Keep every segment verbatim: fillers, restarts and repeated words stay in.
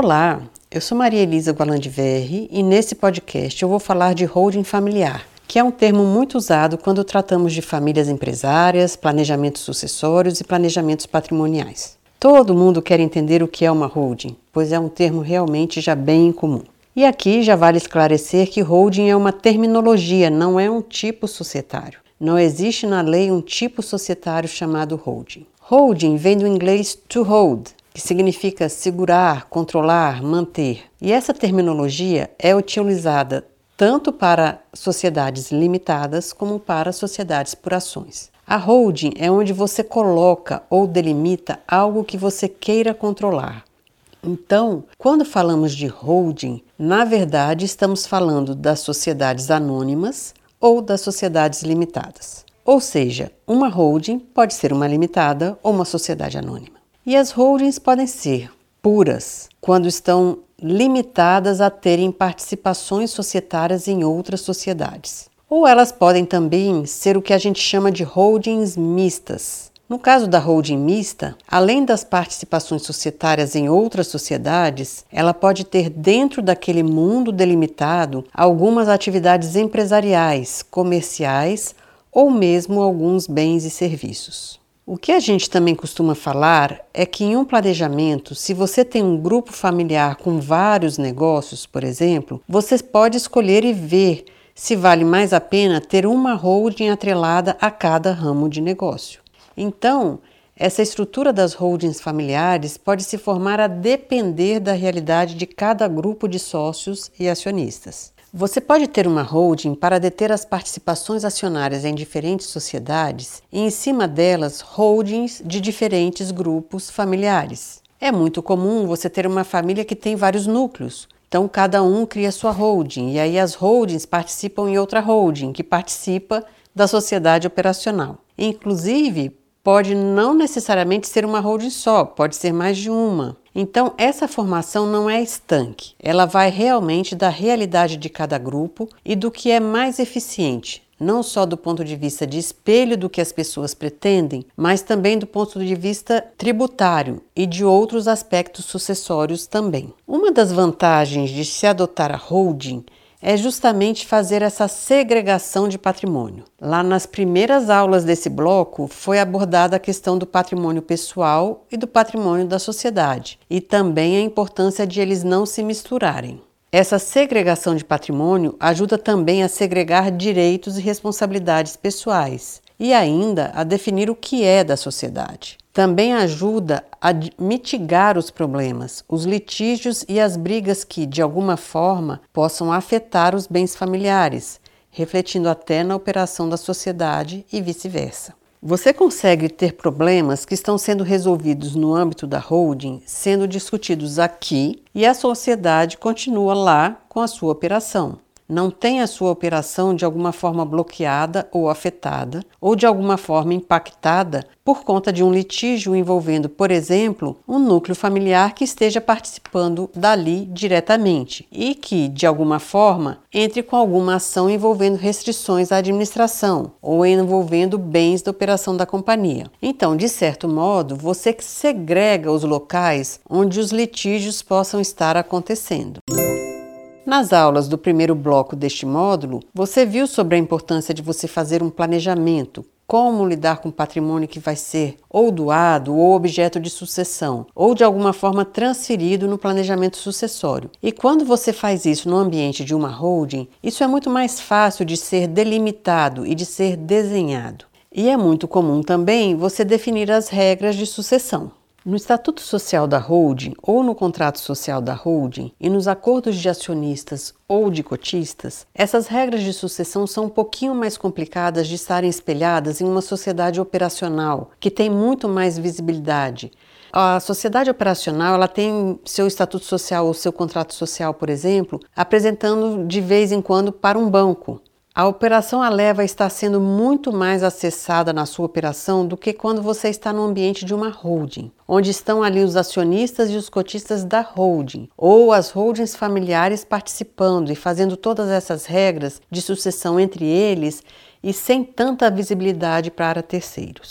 Olá, eu sou Maria Elisa Gualandiverri e nesse podcast eu vou falar de holding familiar, que é um termo muito usado quando tratamos de famílias empresárias, planejamentos sucessórios e planejamentos patrimoniais. Todo mundo quer entender o que é uma holding, pois é um termo realmente já bem comum. E aqui já vale esclarecer que holding é uma terminologia, não é um tipo societário. Não existe na lei um tipo societário chamado holding. Holding vem do inglês to hold, que significa segurar, controlar, manter. E essa terminologia é utilizada tanto para sociedades limitadas como para sociedades por ações. A holding é onde você coloca ou delimita algo que você queira controlar. Então, quando falamos de holding, na verdade estamos falando das sociedades anônimas ou das sociedades limitadas. Ou seja, uma holding pode ser uma limitada ou uma sociedade anônima. E as holdings podem ser puras, quando estão limitadas a terem participações societárias em outras sociedades. Ou elas podem também ser o que a gente chama de holdings mistas. No caso da holding mista, além das participações societárias em outras sociedades, ela pode ter dentro daquele mundo delimitado algumas atividades empresariais, comerciais ou mesmo alguns bens e serviços. O que a gente também costuma falar é que em um planejamento, se você tem um grupo familiar com vários negócios, por exemplo, você pode escolher e ver se vale mais a pena ter uma holding atrelada a cada ramo de negócio. Então, essa estrutura das holdings familiares pode se formar a depender da realidade de cada grupo de sócios e acionistas. Você pode ter uma holding para deter as participações acionárias em diferentes sociedades e, em cima delas, holdings de diferentes grupos familiares. É muito comum você ter uma família que tem vários núcleos. Então, cada um cria sua holding e aí as holdings participam em outra holding, que participa da sociedade operacional. Inclusive, pode não necessariamente ser uma holding só, pode ser mais de uma. Então, essa formação não é estanque. Ela vai realmente da realidade de cada grupo e do que é mais eficiente, não só do ponto de vista de espelho do que as pessoas pretendem, mas também do ponto de vista tributário e de outros aspectos sucessórios também. Uma das vantagens de se adotar a holding é justamente fazer essa segregação de patrimônio. Lá nas primeiras aulas desse bloco foi abordada a questão do patrimônio pessoal e do patrimônio da sociedade, e também a importância de eles não se misturarem. Essa segregação de patrimônio ajuda também a segregar direitos e responsabilidades pessoais, e ainda a definir o que é da sociedade. Também ajuda a mitigar os problemas, os litígios e as brigas que, de alguma forma, possam afetar os bens familiares, refletindo até na operação da sociedade e vice-versa. Você consegue ter problemas que estão sendo resolvidos no âmbito da holding, sendo discutidos aqui, e a sociedade continua lá com a sua operação. Não tem a sua operação de alguma forma bloqueada ou afetada, ou de alguma forma impactada por conta de um litígio envolvendo, por exemplo, um núcleo familiar que esteja participando dali diretamente e que, de alguma forma, entre com alguma ação envolvendo restrições à administração ou envolvendo bens da operação da companhia. Então, de certo modo, você segrega os locais onde os litígios possam estar acontecendo. Nas aulas do primeiro bloco deste módulo, você viu sobre a importância de você fazer um planejamento, como lidar com o patrimônio que vai ser ou doado ou objeto de sucessão, ou de alguma forma transferido no planejamento sucessório. E quando você faz isso no ambiente de uma holding, isso é muito mais fácil de ser delimitado e de ser desenhado. E é muito comum também você definir as regras de sucessão. No Estatuto Social da Holding ou no Contrato Social da Holding e nos acordos de acionistas ou de cotistas, essas regras de sucessão são um pouquinho mais complicadas de estarem espelhadas em uma sociedade operacional, que tem muito mais visibilidade. A sociedade operacional ela tem seu estatuto social ou seu contrato social, por exemplo, apresentando de vez em quando para um banco. A operação Aleva está sendo muito mais acessada na sua operação do que quando você está no ambiente de uma holding, onde estão ali os acionistas e os cotistas da holding, ou as holdings familiares participando e fazendo todas essas regras de sucessão entre eles e sem tanta visibilidade para terceiros.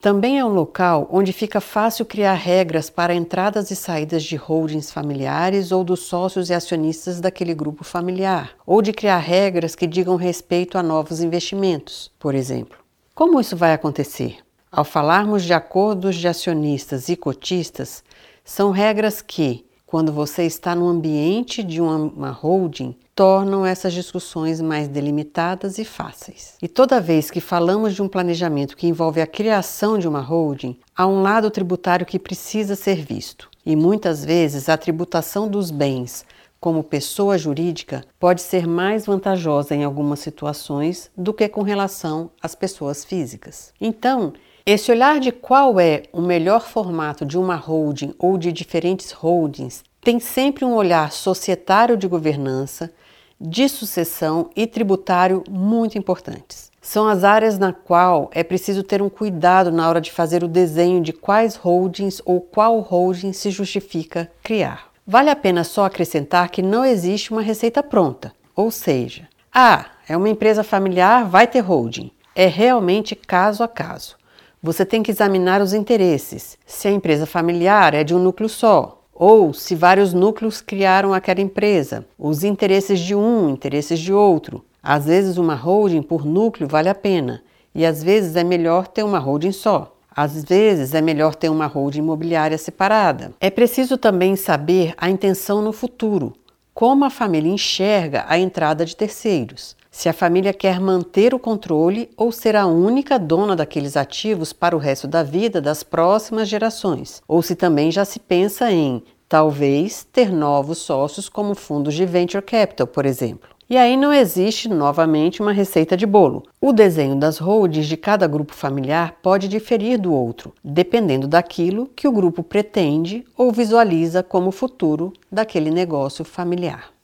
Também é um local onde fica fácil criar regras para entradas e saídas de holdings familiares ou dos sócios e acionistas daquele grupo familiar, ou de criar regras que digam respeito a novos investimentos, por exemplo. Como isso vai acontecer? Ao falarmos de acordos de acionistas e cotistas, são regras que, quando você está no ambiente de uma, uma holding, tornam essas discussões mais delimitadas e fáceis. E toda vez que falamos de um planejamento que envolve a criação de uma holding, há um lado tributário que precisa ser visto. E muitas vezes a tributação dos bens como pessoa jurídica pode ser mais vantajosa em algumas situações do que com relação às pessoas físicas. Então, esse olhar de qual é o melhor formato de uma holding ou de diferentes holdings tem sempre um olhar societário de governança, de sucessão e tributário muito importantes. São as áreas na qual é preciso ter um cuidado na hora de fazer o desenho de quais holdings ou qual holding se justifica criar. Vale a pena só acrescentar que não existe uma receita pronta, ou seja, ah, é uma empresa familiar, vai ter holding. É realmente caso a caso. Você tem que examinar os interesses, se a empresa familiar é de um núcleo só, ou se vários núcleos criaram aquela empresa, os interesses de um, interesses de outro. Às vezes uma holding por núcleo vale a pena, e às vezes é melhor ter uma holding só. Às vezes é melhor ter uma holding imobiliária separada. É preciso também saber a intenção no futuro, como a família enxerga a entrada de terceiros. Se a família quer manter o controle ou ser a única dona daqueles ativos para o resto da vida das próximas gerações, ou se também já se pensa em, talvez, ter novos sócios como fundos de venture capital, por exemplo. E aí não existe, novamente, uma receita de bolo. O desenho das holdings de cada grupo familiar pode diferir do outro, dependendo daquilo que o grupo pretende ou visualiza como futuro daquele negócio familiar.